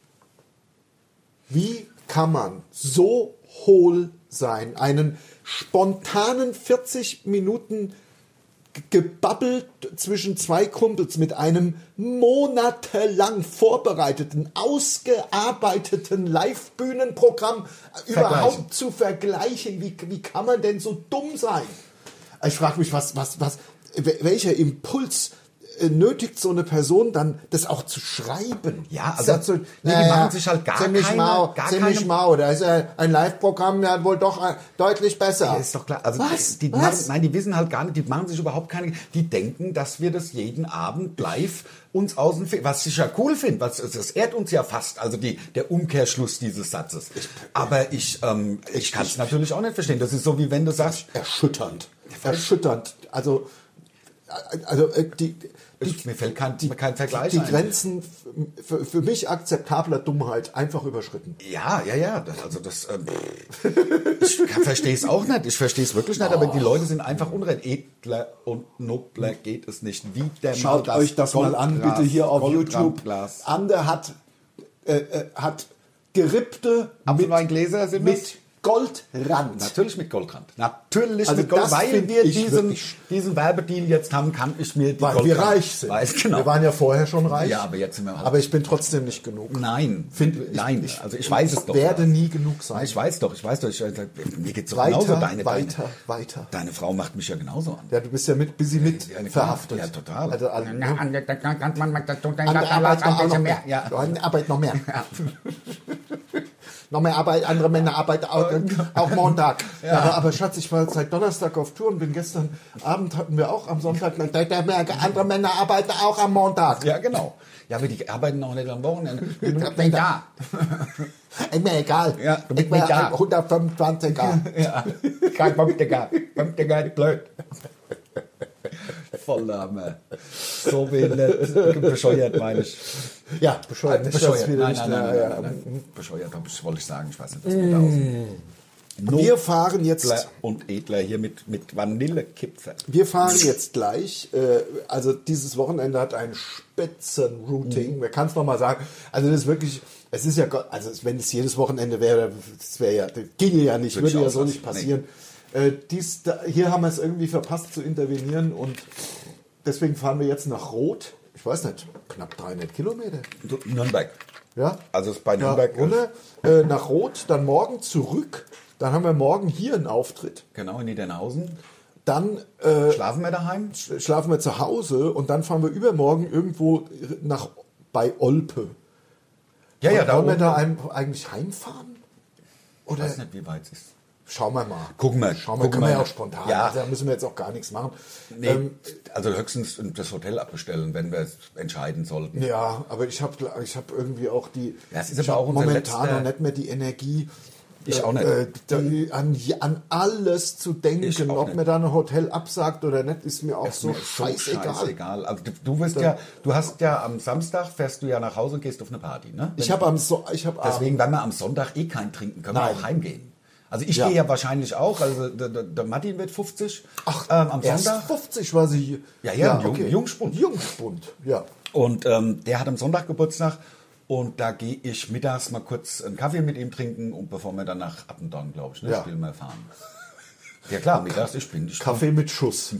Wie kann man so hohl sein, einen spontanen vierzig Minuten gebabbelt zwischen zwei Kumpels mit einem monatelang vorbereiteten, ausgearbeiteten Live-Bühnenprogramm überhaupt zu vergleichen? Wie, wie kann man denn so dumm sein? Ich frage mich, was, was, was, welcher Impuls äh, nötigt so eine Person dann, das auch zu schreiben? Ja, also Ist das so, nee, die machen sich halt gar ziemlich keine- mau, gar ziemlich keine- mau. Da ist ja ein Live-Programm ja wohl doch äh, deutlich besser. Ja, ist doch klar. Also Was? Die, die Was? Machen, nein, die wissen halt gar nicht, die machen sich überhaupt keine. Die denken, dass wir das jeden Abend live uns aus dem Fe- was ich ja cool finde, was das ehrt uns ja fast. Also die der Umkehrschluss dieses Satzes. Aber ich ähm, ich kann es natürlich auch nicht verstehen. Das ist so wie wenn du sagst, Erschütternd. Erschütternd. Also, also äh, die, die, ich, mir fällt kein, kein Vergleich die ein. Grenzen für, für mich akzeptabler Dummheit einfach überschritten. Ja, ja, ja. Das, also das, ähm, ich verstehe es auch nicht. Ich verstehe es wirklich nicht. Aber die Leute sind einfach unrecht. Edler und nobler geht es nicht. Wie der Schaut mal euch das mal an, Goldglas- bitte hier auf YouTube. Goldrandglas. Ander hat, äh, äh, hat gerippte Apfelweingläser sind mit das? Goldrand. Natürlich mit Goldrand. Natürlich Also mit Gold. das Weil find wir ich diesen, wirklich- diesen Werbedeal jetzt haben, kann ich mir die Weil Goldrand... wir reich sind. Weiß, genau. Wir waren ja vorher schon reich. Ja, aber jetzt sind wir halt- Aber ich bin trotzdem nicht genug. Nein, Find- ich- nein. ich- also ich weiß es doch. werde ja. nie genug sein. Ich weiß doch, ich weiß doch. Ich, mir geht's doch Weiter, genauso. Deine, weiter, deine, weiter. Deine Frau macht mich ja genauso an. Ja, du bist ja mit, busy mit Ja, klar. verhaftet. Ja, total. Also, also, ne? Andere Andere Arbeit noch, auch noch mehr. Ja. Andere Arbeit noch mehr. noch mehr Arbeit, andere Männer arbeiten auch, auch Montag. Ja. Aber, aber Schatz, ich war seit Donnerstag auf Tour und bin gestern Abend hatten wir auch am Sonntag, andere Männer arbeiten auch am Montag. Ja, genau. Ja, aber die arbeiten auch nicht am Wochenende. Du bist nicht da. Ist mir egal. Ja, du bist ich bin nicht da. hundertfünfundzwanziger. Ja. Kein Pumptiger. Pumptiger, blöd. Vollname. So behindert. Bescheuert, meine ich. Ja, bescheuert. Nicht, dass Bescheuert. wir Nein, nicht nein, nein, mehr- nein, ja. nein, nein. Bescheuert, hab ich- wollte ich sagen. Ich weiß nicht, was mir da aussieht. Wir fahren jetzt... Edler und Edler hier mit, mit Vanillekipferl. Wir fahren jetzt gleich, äh, also dieses Wochenende hat ein Spitzenrouting, man kann es nochmal sagen, also das ist wirklich, es ist ja, Gott- also wenn es jedes Wochenende wäre, das wäre ja, das ginge ja nicht, Würde würde ich ja auch so sagen. nicht passieren. Äh, dies, da, hier haben wir es irgendwie verpasst zu intervenieren und deswegen fahren wir jetzt nach Roth, ich weiß nicht, knapp dreihundert Kilometer. Nürnberg. Ja, Also es ist bei da Nürnberg. runter, äh, nach Roth, dann morgen zurück, dann haben wir morgen hier einen Auftritt, Genau, in Niedernhausen. dann äh, Schlafen wir daheim? schlafen wir zu Hause und dann fahren wir übermorgen irgendwo nach bei Olpe. Ja, ja, da Wollen wir oben. da ein, eigentlich heimfahren? Ich Oder weiß nicht, wie weit es ist. schauen wir mal. Gucken wir. Schauen wir, Gucken können wir wir. ja auch spontan. Ja. Also da müssen wir jetzt auch gar nichts machen. Nee, Ähm, also höchstens das Hotel abbestellen, wenn wir es entscheiden sollten. ja, aber ich habe ich hab irgendwie auch die. Das ist ich aber hab auch unser momentan letzter- noch nicht mehr die Energie. Ich auch nicht. Äh, da, an, an alles zu denken, ob nicht. mir da ein Hotel absagt oder nicht, ist mir auch Ist so mir scheißegal. scheißegal. Also du, du wirst ja, du hast ja am Samstag fährst du ja nach Hause und gehst auf eine Party, ne? Ich habe am so ich habe Deswegen, wenn wir am Sonntag eh keinen trinken, können Nein. wir auch heimgehen. Also ich Ja. gehe ja wahrscheinlich auch, also der, der, der Martin wird fünfzig Ach, ähm, am erst Sonntag. fünfzig war sie. Ja, ja, Jung- Jungspund. Jungspund, ja. Und ähm, der hat am Sonntag Geburtstag und da gehe ich mittags mal kurz einen Kaffee mit ihm trinken und bevor wir dann nach Attendorn, glaube ich, ne, Ja. spielen wir fahren. Ja klar, mittags, ich bin... Ich Kaffee mit Schuss.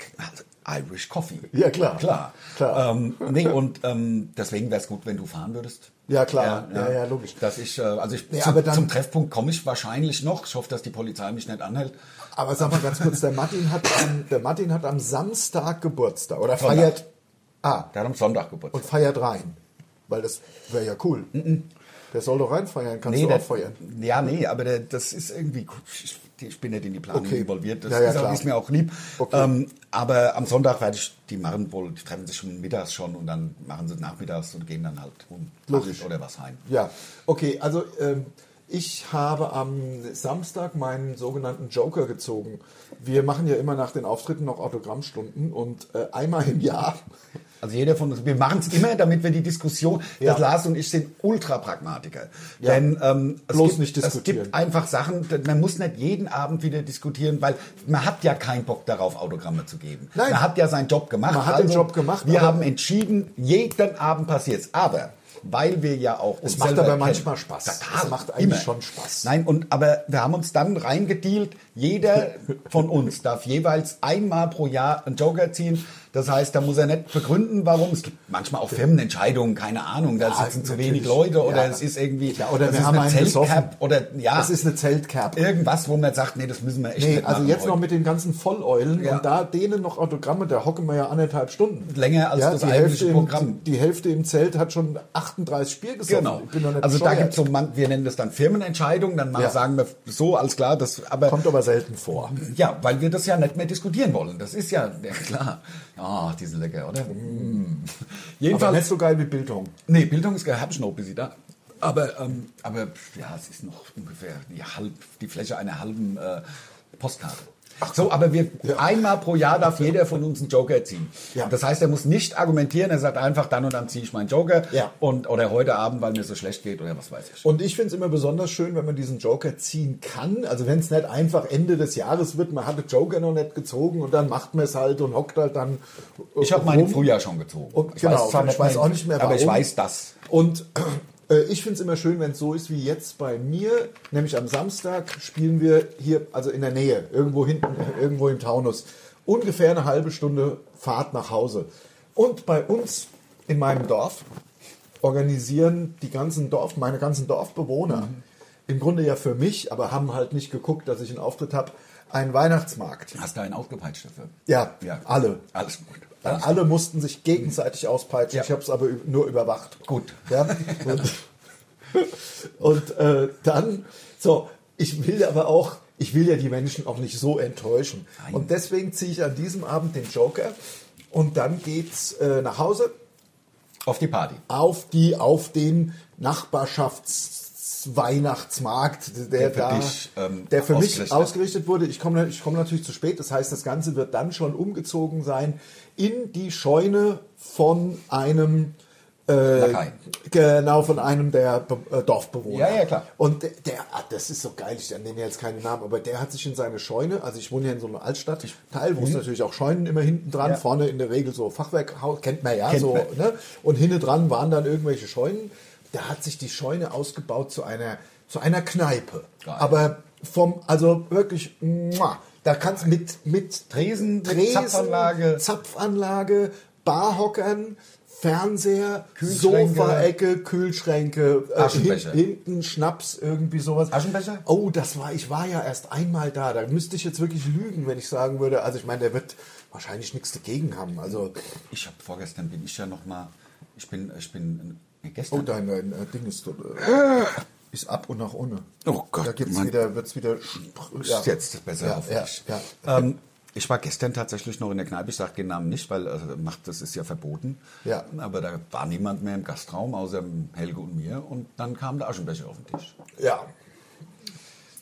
Irish Coffee. Ja, klar. Klar. Klar. Ähm, nee, und ähm, deswegen wäre es gut, wenn du fahren würdest. Ja, klar. Ja, ja, logisch. Dass ich, äh, also ich, Nee, zum, aber dann- zum Treffpunkt komme ich wahrscheinlich noch. Ich hoffe, dass die Polizei mich nicht anhält. Aber sag mal ganz kurz, der Martin hat am, der Martin hat am Samstag Geburtstag oder Sonntag. feiert ah, Der hat am Sonntag und Geburtstag. feiert rein. Weil das wäre ja cool. Der soll doch reinfeiern, kannst du der, auch feiern. Ja, nee, aber der, das ist irgendwie, ich, ich bin nicht in die Planung Okay. involviert, das Ja, ja, ist, auch, klar. ist mir auch lieb. Okay. Ähm, aber am Sonntag werde ich, die machen wohl, die treffen sich schon mittags schon und dann machen sie nachmittags und gehen dann halt um Logisch. acht oder was heim. Ja, okay, also ähm, ich habe am Samstag meinen sogenannten Joker gezogen. Wir machen ja immer nach den Auftritten noch Autogrammstunden und äh, einmal im Jahr. Also jeder von uns, wir machen es immer, damit wir die Diskussion, Ja. das Lars und ich sind Ultra-Pragmatiker. Ja. Denn ähm, es, Bloß gibt, nicht es diskutieren. gibt einfach Sachen, man muss nicht jeden Abend wieder diskutieren, weil man hat ja keinen Bock darauf, Autogramme zu geben. Nein. Man hat ja seinen Job gemacht. Man hat den Job gemacht, Wir aber- haben entschieden, jeden Abend passiert's. Aber weil wir ja auch Es uns macht selber aber kennen. manchmal Spaß. Total, Es macht eigentlich immer. schon Spaß. Nein, und aber wir haben uns dann reingedealt, jeder von uns darf jeweils einmal pro Jahr einen Joker ziehen. Das heißt, da muss er nicht begründen, warum. Es gibt manchmal auch Firmenentscheidungen, keine Ahnung, da Ja, sitzen zu natürlich. wenig Leute oder Ja. es ist irgendwie, Ja, oder das wir ist haben eine einen Zeltcap gesoffen. oder ja, Das ist eine Zeltcap. irgendwas, wo man sagt, nee, das müssen wir echt Nee, nicht also machen jetzt heute. noch mit den ganzen Volleulen Ja. und da denen noch Autogramme, da hocken wir ja anderthalb Stunden. Länger als das die eigentliche Hälfte im, Programm. Die Hälfte im Zelt hat schon achtunddreißig Bier gesoffen. Genau. Ich bin doch nicht Also da bescheuert. gibt's so, man, wir nennen das dann Firmenentscheidungen, dann mal Ja. sagen wir so, alles klar, das, aber Kommt aber selten vor. ja, weil wir das ja nicht mehr diskutieren wollen. Das ist ja, ja klar. Ah, die sind lecker, oder? Mm. Aber Jedenfalls, nicht so geil wie Bildung. nee, Bildung ist habe ich noch bis sie da. Aber, ähm, aber ja, es ist noch ungefähr die, halb, die Fläche einer halben äh, Postkarte. So, aber wir einmal pro Jahr darf jeder von uns einen Joker ziehen. Ja. Das heißt, er muss nicht argumentieren, er sagt einfach, dann und dann ziehe ich meinen Joker Ja. und oder heute Abend, weil mir so schlecht geht oder was weiß ich. Und ich finde es immer besonders schön, wenn man diesen Joker ziehen kann. Also wenn es nicht einfach Ende des Jahres wird, man hat den Joker noch nicht gezogen und dann macht man es halt und hockt halt dann. äh, Ich habe meinen rum. Frühjahr schon gezogen. Und Ich genau, zwar ich weiß mehr- auch nicht mehr, aber ich warum. weiß das. Und äh, ich finde es immer schön, wenn es so ist wie jetzt bei mir, nämlich am Samstag spielen wir hier, also in der Nähe, irgendwo hinten, irgendwo im Taunus, ungefähr eine halbe Stunde Fahrt nach Hause. Und bei uns in meinem Dorf organisieren die ganzen Dorf, meine ganzen Dorfbewohner, im Grunde ja für mich, aber haben halt nicht geguckt, dass ich einen Auftritt habe, einen Weihnachtsmarkt. Hast du einen ausgepeitscht dafür? Ja, Ja. alle. Alles gut. Weil Alles alle mussten sich gegenseitig auspeitschen. Ja. Ich habe es aber ü- nur überwacht. Gut. Ja? Und, und äh, dann, so, ich will aber auch, ich will ja die Menschen auch nicht so enttäuschen. Nein. Und deswegen ziehe ich an diesem Abend den Joker und dann geht's äh, nach Hause Auf die Party. auf die, auf den Nachbarschaftsweihnachtsmarkt, der, Der für da, dich, ähm, der für mich ausgerichtet. ausgerichtet wurde. Ich komme ich komme natürlich zu spät. Das heißt, das Ganze wird dann schon umgezogen sein in die Scheune von einem äh, Lakai. genau, von einem der Be äh, Dorfbewohner. Ja, ja, klar. Und der, der ah, das ist so geil, ich nenne jetzt keinen Namen, aber der hat sich in seine Scheune, also ich wohne ja in so einer Altstadtteil, wo es natürlich auch Scheunen immer hinten dran, Ja. vorne in der Regel so Fachwerkhaus, kennt man ja, Kennt so, man. ne? Und hinten dran waren dann irgendwelche Scheunen. Da hat sich die Scheune ausgebaut zu einer, zu einer Kneipe. Geil. Aber vom, also wirklich, muah, da kannst mit, mit Tresen, mit Zapfanlage. Zapfanlage, Barhockern, Fernseher, Kühlschränke. Sofaecke, Kühlschränke, äh, Aschenbecher. hin, hinten Schnaps, irgendwie sowas. Aschenbecher? Oh, das war, ich war ja erst einmal da. Da müsste ich jetzt wirklich lügen, wenn ich sagen würde, also ich meine, der wird wahrscheinlich nichts dagegen haben. Also, Ich habe vorgestern bin ich ja noch mal, ich bin, ich bin äh, oh, gestern. dein, dein äh, Ding ist, äh, ist ab und nach ohne. Oh Gott, Da gibt's Mann. wieder, wird's wieder. Ist jetzt besser, Ja, ja, hoffentlich. ja. Ähm, ich war gestern tatsächlich noch in der Kneipe, ich sage den Namen nicht, weil also, macht, das ist ja verboten. Ja. Aber da war niemand mehr im Gastraum, außer Helge und mir. Und dann kam der Aschenbecher auf den Tisch. Ja.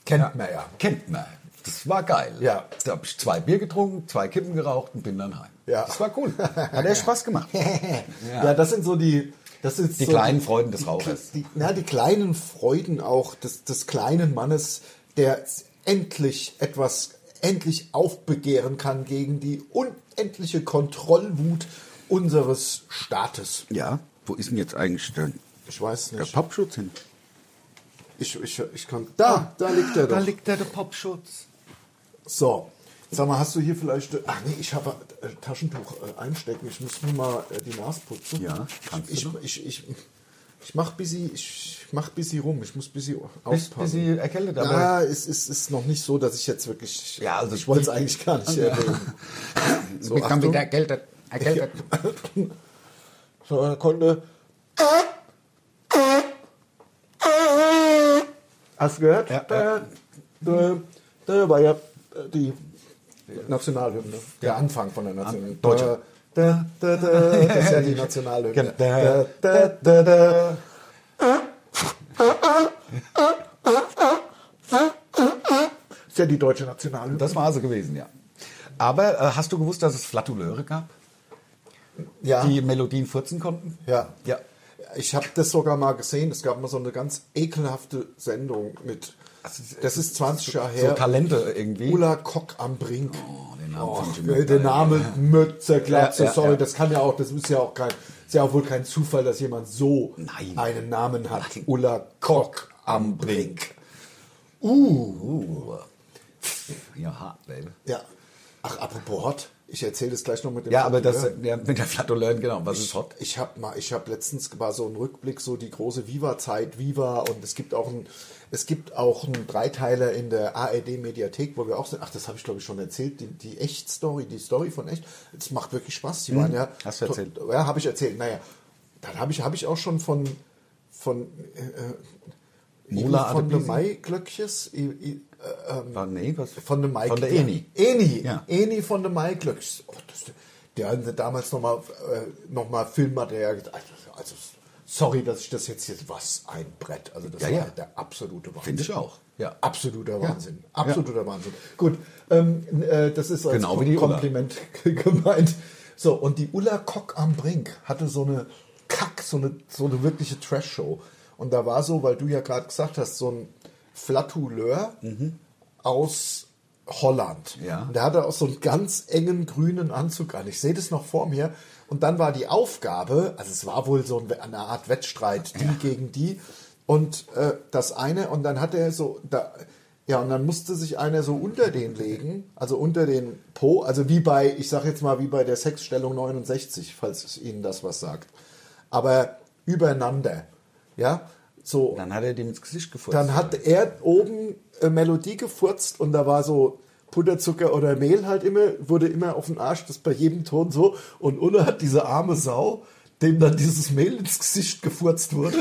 Kennt ja. man ja. Kennt man. Das war geil. Ja. Da habe ich zwei Bier getrunken, zwei Kippen geraucht und bin dann heim. Ja. Das war cool. Hat echt Spaß gemacht. Ja. ja, das sind so die... Das sind Die so kleinen die, Freuden des die, Rauchers. Die, na, die kleinen Freuden auch des, des kleinen Mannes, der endlich etwas, endlich aufbegehren kann gegen die unendliche Kontrollwut unseres Staates. Ja, wo ist denn jetzt eigentlich der, Ich weiß der nicht. Popschutz hin? Ich, ich, ich kann. Da, da liegt er doch. Da liegt der, der Popschutz. So, sag mal, hast du hier vielleicht. Ach nee, ich habe äh, Taschentuch äh, einstecken. Ich muss nur mal äh, die Nase putzen. Ja, kannst ich, du ich, ich, ich, ich mach busy, ich mach busy rum. Ich muss busy Bist aufpassen. bisschen erkältet, aber... Ja, es ist, ist noch nicht so, dass ich jetzt wirklich. Ja, also ich wollte es eigentlich gar nicht erwähnen. So, ich kann Achtung. wieder erkältet. erkältet. So, eine Kunde. Hast du gehört? Ja, da, ja. Da, da war ja die Nationalhymne. Der Anfang von der Nationalhymne. Deutsche. Da, da, da, das ist ja die Nationalhymne. Genau. Da, da, da, da. Ist ja die deutsche Nationalhymne. Das war also gewesen, ja. Aber äh, hast du gewusst, dass es Flatuleure gab, ja. die Melodien furzen konnten? Ja. Ja. Ich habe das sogar mal gesehen. Es gab mal so eine ganz ekelhafte Sendung mit. Das ist zwanzig Jahre her. So Talente irgendwie. Ulla Kock am Brink. Oh, den Namen Oh, fand ich immer der geil. Name Mütze, Glatze, Ja, ja, sorry, ja. das kann ja auch, das ist ja auch kein, ist ja auch wohl kein Zufall, dass jemand so Nein. einen Namen hat. Nein. Ulla Kock am Brink. Uh. Ja, hart, baby. Ja. Ach, apropos Hot, ich erzähle das gleich noch mit dem Ja, aber das Flatuleur. ja, mit der Flatuleuren, genau. Was ist hot? Ich habe mal, ich habe letztens war so ein Rückblick, so die große Viva-Zeit, Viva, und es gibt auch ein, es gibt auch einen Dreiteiler in der A R D-Mediathek, wo wir auch sind. Ach, das habe ich glaube ich schon erzählt, die, die Echt-Story, die Story von Echt. Es macht wirklich Spaß. Die waren ja, Hast du erzählt? to- Ja, habe ich erzählt. Naja, dann habe ich, habe ich auch schon von von äh, Mola von der Adebisi? Maiglöckches, I- I- Ah, nee, was? von der Mike. Von der Eni. Eni. Ja. Eni von der Mike Glücks. Oh, das, der hat damals nochmal äh, noch mal Filmmaterial gesagt. Also, sorry, dass ich das jetzt hier. Was ein Brett. Also, das Ja, war ja. der absolute Wahnsinn. Finde ich auch. Ja. Absoluter Wahnsinn. Absoluter Wahnsinn. Gut, ähm, äh, das ist als Genau Kom- wie die Ulla. Kompliment gemeint. So, und die Ulla Kock am Brink hatte so eine Kack, so eine, so eine wirkliche Trash-Show. Und da war so, weil du ja gerade gesagt hast, so ein Flatuleur aus Holland. Ja. Und der hatte auch so einen ganz engen grünen Anzug an. Ich sehe das noch vor mir. Und dann war die Aufgabe, also es war wohl so eine Art Wettstreit, die gegen die. Und äh, das eine, und dann hat er so, da, ja, und dann musste sich einer so unter den legen, also unter den Po, also wie bei, ich sag jetzt mal, wie bei der Sexstellung neunundsechzig, falls es Ihnen das was sagt. Aber übereinander, ja, so. Dann hat er dem ins Gesicht gefurzt. Dann hat er oben äh, Melodie gefurzt und da war so Puderzucker oder Mehl halt immer, wurde immer auf den Arsch, das bei jedem Ton so. Und Ulla hat diese arme Sau, dem dann dieses Mehl ins Gesicht gefurzt wurde.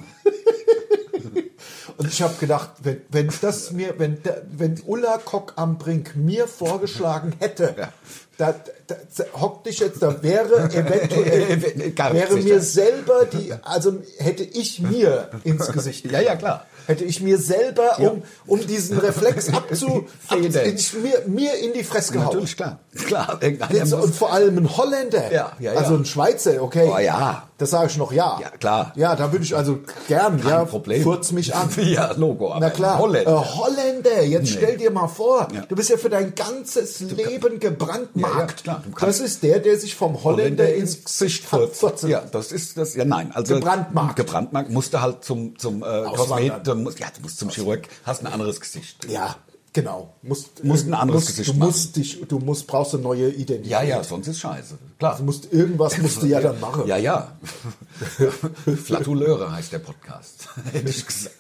Und ich habe gedacht, wenn, wenn das mir, wenn, der, wenn Ulla Kock am Brink mir vorgeschlagen hätte, Ja. da, da, da hockt ich jetzt, da wäre eventuell, Ganz wäre sicher. mir selber die, also hätte ich mir ins Gesicht Ja, ja, klar. hätte ich mir selber, Ja. um, um diesen Reflex abzu, Federn. ab, ich mir, mir in die Fresse gehauen. Natürlich, klar. Klar, irgendeiner Jetzt, muss- und vor allem ein Holländer, Ja, ja, ja. also ein Schweizer, okay. Oh, ja. Das sage ich noch ja. Ja, klar. Ja, da würde ich also gern, Kein ja, Problem. furz mich an. Ja, Logo. Aber Na klar, Holländer. Äh, Holländer, jetzt Nee. stell dir mal vor, Ja. du bist ja für dein ganzes Leben gebrandmarkt. Ja, ja, klar, du kannst- das ist der, der sich vom Holländer, Holländer ins ins Gesicht furzt. furzt. Ja, das ist das. Ja, nein, also Gebrandmarkt. Gebrandmarkt musste halt zum zum äh, Auswandern. Kosmet, du musst, ja, du musst zum Chirurg, hast ein anderes Gesicht. Ja, genau. Musst, Musst ein anderes musst, Gesicht du machen. musst dich, du musst, brauchst eine neue Identität. Ja, ja, sonst ist scheiße. Klar. Du musst, irgendwas musst du ja dann machen. Ja, ja. Flatuleure heißt der Podcast. Hätte ich gesagt.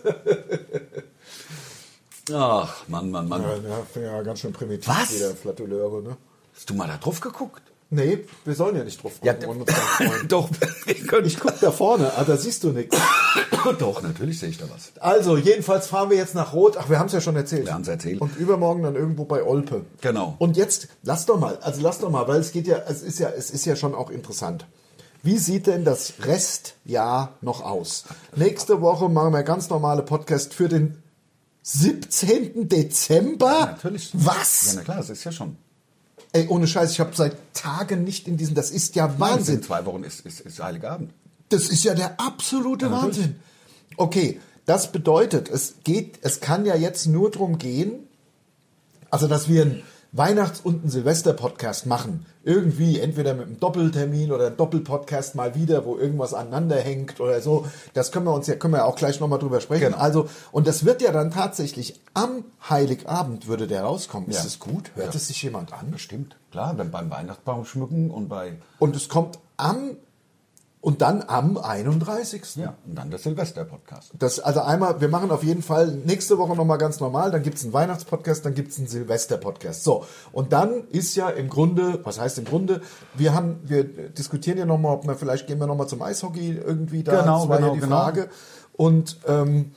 Ach, Mann, Mann, Mann. Ja, ja, ja, ganz schön primitiv, Was? wieder Flatuleure, ne? Hast du mal da drauf geguckt? Nee, wir sollen ja nicht drauf Ja, gucken. wollen uns gar nicht freuen. doch. Ich guck da vorne, ah, da siehst du nichts. Doch, natürlich sehe ich da was. Also, jedenfalls fahren wir jetzt nach Rot. Ach, wir haben es ja schon erzählt. Wir haben's erzählt. Und übermorgen dann irgendwo bei Olpe. Genau. Und jetzt, lass doch mal, also lass doch mal, weil es geht ja, es ist ja, es ist ja schon auch interessant. Wie sieht denn das Restjahr noch aus? Nächste Woche machen wir ganz normale Podcast für den siebzehnten Dezember? Ja, natürlich. Was? Ja, na klar, das ist ja schon. Ey, ohne Scheiß, ich habe seit Tagen nicht in diesem, das ist ja Wahnsinn. In zwei Wochen ist, ist, ist Heiligabend. Das ist ja der absolute Ja, Wahnsinn. Okay, das bedeutet, es geht, es kann ja jetzt nur darum gehen, also dass wir einen Weihnachts- und einen Silvester-Podcast machen. Irgendwie, entweder mit einem Doppeltermin oder einem Doppelpodcast mal wieder, wo irgendwas aneinander hängt oder so. Das können wir uns ja, können wir ja auch gleich nochmal drüber sprechen. Genau. Also, und das wird ja dann tatsächlich am Heiligabend würde der rauskommen. Ist Ja. es gut? Hört Ja. es sich jemand an? Bestimmt, klar, wenn beim Weihnachtsbaum schmücken und bei... Und es kommt am, und dann am einunddreißigsten Ja, und dann der Silvester-Podcast. Das, also einmal, wir machen auf jeden Fall nächste Woche nochmal ganz normal, dann gibt es einen Weihnachtspodcast, dann gibt es einen Silvester-Podcast. So, und dann ist ja im Grunde, was heißt im Grunde, wir haben, wir diskutieren ja nochmal, ob wir, vielleicht gehen wir nochmal zum Eishockey irgendwie da, Genau, das war genau, ja die genau. Frage. Und ähm,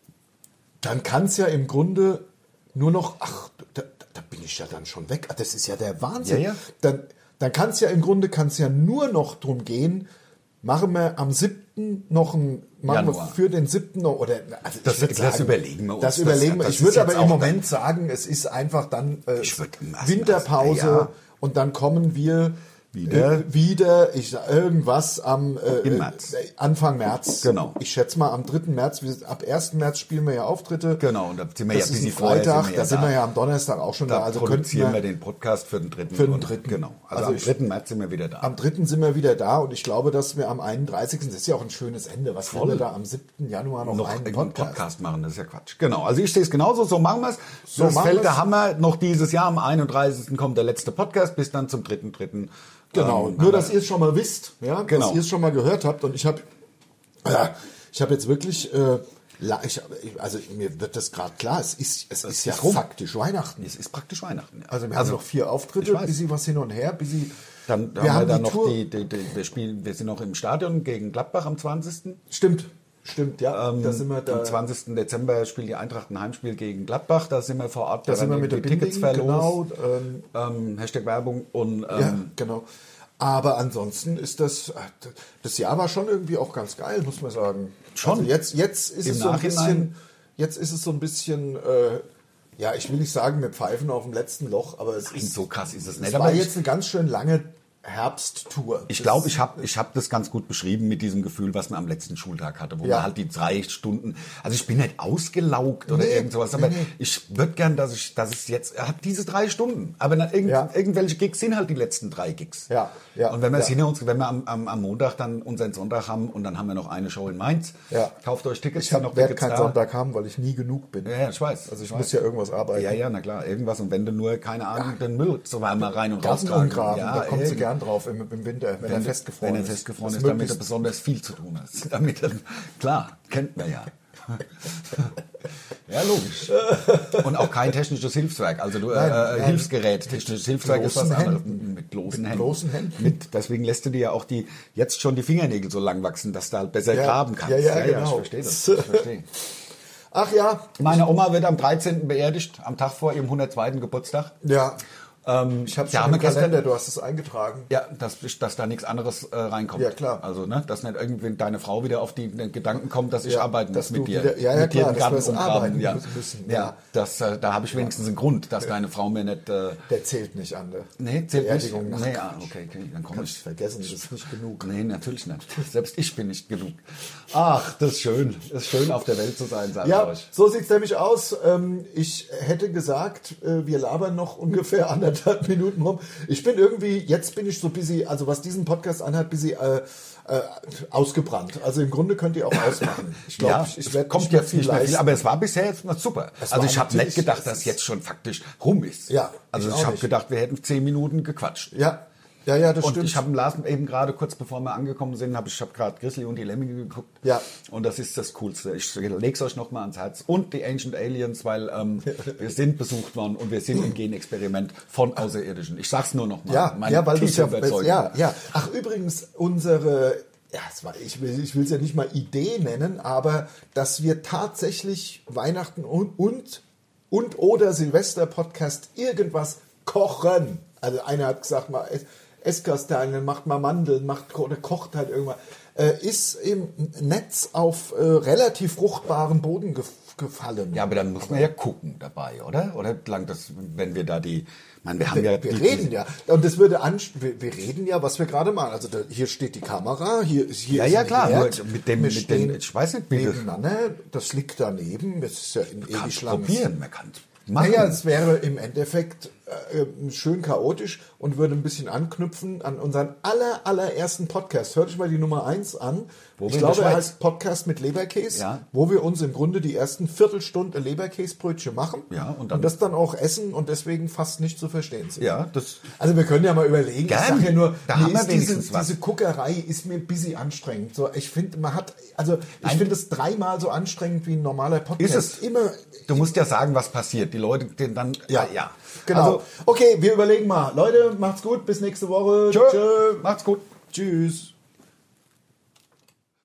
dann kann es ja im Grunde nur noch, ach, da, da bin ich ja dann schon weg, das ist ja der Wahnsinn. Ja, ja. Dann, dann kann es ja im Grunde, kann es ja nur noch drum gehen, machen wir am siebten noch ein, machen Januar. wir für den siebten noch, oder, also Das- ich würd das überlegen wir uns. Das Das- überlegen wir. das Ich ist würde jetzt aber auch im dann- Moment sagen, es ist einfach dann äh, Ich würd im ersten- Winterpause ersten- ja. und dann kommen wir Wieder? äh, wieder, ich sag, irgendwas am äh, Im März. äh, Anfang März. Genau. Ich schätze mal am dritten März, wir- ab ersten März spielen wir ja Auftritte. Genau, und da sind wir Das ja ist busy ein vorher, Freitag, sind wir da ja sind da. wir ja am Donnerstag auch schon da. Da Also könnten produzieren wir wir, den Podcast für den dritten. Für den und- dritten. Genau. Also, Also am ich- dritten März sind wir wieder da. am dritten sind wir wieder da und ich glaube, dass wir am einunddreißigsten Das ist ja auch ein schönes Ende. Was wollen wir da am siebten Januar noch, noch einen einen Podcast? Podcast. machen, das ist ja Quatsch. Genau, also ich sehe es genauso, so machen wir es. So das machen fällt wir's. der Hammer. Noch dieses Jahr, am einunddreißigsten kommt der letzte Podcast, bis dann zum dritten, dritten. Genau, ähm, nur haben dass wir- ihr es schon mal wisst, ja, Genau. dass ihr es schon mal gehört habt. Und ich habe äh, ich habe jetzt wirklich, äh, la- ich, also mir wird das gerade klar, es ist, es ist ja ist rum. faktisch Weihnachten. Es ist praktisch Weihnachten. Ja. Also wir haben noch vier Auftritte, ich weiß. bisschen was hin und her, bisschen, Dann wir haben wir haben dann die noch Tour. die, die, die, wir spielen, wir sind noch im Stadion gegen Gladbach am zwanzigsten Stimmt, stimmt, ja, Ähm, da sind wir da. Am zwanzigsten Dezember spielt die Eintracht ein Heimspiel gegen Gladbach. Da sind wir vor Ort. Da sind wir mit der die Tickets Binding, verlost. genau, ähm, Ähm, Hashtag Werbung. Und ähm, Ja, genau. Aber ansonsten ist das, das Jahr war schon irgendwie auch ganz geil, muss man sagen. Schon. Also jetzt, jetzt ist Im es so ein Nachhinein- bisschen, jetzt ist es so ein bisschen, äh, ja, ich will nicht sagen, wir pfeifen auf dem letzten Loch, aber es ist, so krass ist es es nicht. war Aber ich, jetzt eine ganz schön lange Herbsttour. ich glaube, ich habe ich hab das ganz gut beschrieben mit diesem Gefühl, was man am letzten Schultag hatte, wo Ja. man halt die drei Stunden, also ich bin nicht ausgelaugt oder Nee, irgend sowas, aber nee, nee. ich würde gern, dass ich, dass es jetzt, er hat diese drei Stunden, aber dann irgend, Ja. irgendwelche Gigs sind halt die letzten drei Gigs. Ja, ja, Und wenn wir es ja. hinter uns, wenn wir am, am, am Montag dann unseren Sonntag haben und dann haben wir noch eine Show in Mainz, Ja. kauft euch Tickets, Ich sind hab, noch werde Tickets keinen da. Sonntag haben, weil ich nie genug bin. Ja, ja, ich weiß. Also ich weiß. muss ja irgendwas arbeiten. Ja, ja, na klar, irgendwas. Und wenn du nur, keine Ahnung, den Müll so mal rein und raus Garten umgraben, ja, da kommt sie irgend- gern drauf im, im Winter, wenn, er festgefroren wenn ist. er festgefroren Das ist, damit er möglichst- besonders viel zu tun hat. Damit er, klar, kennt man ja. Ja, logisch. Und auch kein technisches Hilfswerk. Also du, Nein, äh, nein. Hilfsgerät, technisches Hilfswerk ist was bloßen anderes. Händen. Mit bloßen Mit Händen. bloßen Händen. Mit, deswegen lässt du dir ja auch die, jetzt schon die Fingernägel so lang wachsen, dass du halt besser Ja, graben kannst. ja, ja, ich genau. verstehe das. Ich verstehe. Ach ja, Meine Oma wird am dreizehnten beerdigt, am Tag vor ihrem hundertzweiten Geburtstag. ja. Ähm, Ich habe da schon haben im wir gestern- Kalender, du hast es eingetragen. Ja, dass, dass da nichts anderes äh, reinkommt. Ja, klar. Also, ne, dass nicht irgendwie deine Frau wieder auf die, den Gedanken kommt, dass ich Ja, arbeiten dass muss mit du dir. wieder- ja, ja, mit dir klar, im dass Garten wir es umgraben. arbeiten Ja, müssen, ja. ja. Das, äh, da habe ich wenigstens einen Grund, dass deine Frau mir nicht... Äh, Der zählt nicht an der nee, zählt nicht. Beerdigung. Nee, ah, okay, okay, dann komme ich. Kannst vergessen, das ist nicht genug. Nee, natürlich nicht. Selbst ich bin nicht genug. Ach, das ist schön. Das ist schön, auf der Welt zu sein, sag Ja, ich euch. so sieht's nämlich aus. Ähm, Ich hätte gesagt, äh, wir labern noch ungefähr anderthalb Minuten rum. Ich bin irgendwie, jetzt bin ich so busy, also was diesen Podcast anhat, busy äh, äh, ausgebrannt. Also im Grunde könnt ihr auch ausmachen. Ich glaube, Ja, ich, ich es werde kommt nicht mehr jetzt viel nicht mehr viel, leisten. aber es war bisher jetzt mal super. Es Also war ich habe nicht natürlich- gedacht, es dass ist- jetzt schon faktisch rum ist. Ja, also ich ich, auch habe nicht. gedacht, wir hätten zehn Minuten gequatscht. Ja, ja, ja, das Und stimmt. ich habe Lars eben gerade kurz bevor wir angekommen sind, habe ich habe gerade Grizzly und die Lemminge geguckt. Ja. Und das ist das Coolste. Ich lege es euch nochmal ans Herz. Und die Ancient Aliens, weil ähm, wir sind besucht worden und wir sind im Genexperiment von Außerirdischen. Ich sag's nur nochmal. Ja, Meine ja, weil du tiefe ja, Überzeugung. ja, ja. Ach, übrigens, unsere, ja, es war, ich will ich will es ja nicht mal Idee nennen, aber dass wir tatsächlich Weihnachten und, und, und oder Silvester-Podcast irgendwas kochen. Also einer hat gesagt, mal Ess- Esskastanien, macht mal Mandeln, macht, oder kocht halt irgendwas. Äh, ist im Netz auf äh, relativ fruchtbaren Boden ge aufgefallen. Ja, aber dann muss man ja gucken dabei, oder? Oder lang das, wenn wir da die, ich meine, wir haben Wir, ja... wir die, reden ja. Und das würde an, wir, wir reden ja, was wir gerade machen. Also da, hier steht die Kamera, hier, hier Ja, ist ja, ein klar, Herd. nur mit dem, Wir mit stehen dem, ich weiß nicht, wie das... nebeneinander, das liegt daneben. Das ist ja in ewig Kannst langes. probieren, man kann machen. Naja, es wäre im Endeffekt äh, schön chaotisch und würde ein bisschen anknüpfen an unseren aller, allerersten Podcast. Hört euch mal die Nummer eins an. Wo ich wir in glaube, der er Schweiz- heißt Podcast mit Leberkäse, Ja. wo wir uns im Grunde die ersten Viertelstunde Leberkäsebrötchen machen Ja, und dann- das dann auch essen und deswegen fast nicht zu verstehen sind. Ja, das... Also wir können ja mal überlegen, Gern. ich sage ja nur, Da mir haben wir ist diese, wenigstens was. diese Guckerei ist mir ein bisschen anstrengend. So, ich finde, man hat, also ich Nein. finde es dreimal so anstrengend wie ein normaler Podcast. Ist es? Immer, Du musst ja sagen, was passiert. Die Leute, den dann... ja, ja. Genau. Also, okay, wir überlegen mal. Leute, macht's gut, bis nächste Woche. tschö. Tschö. Macht's gut. Tschüss.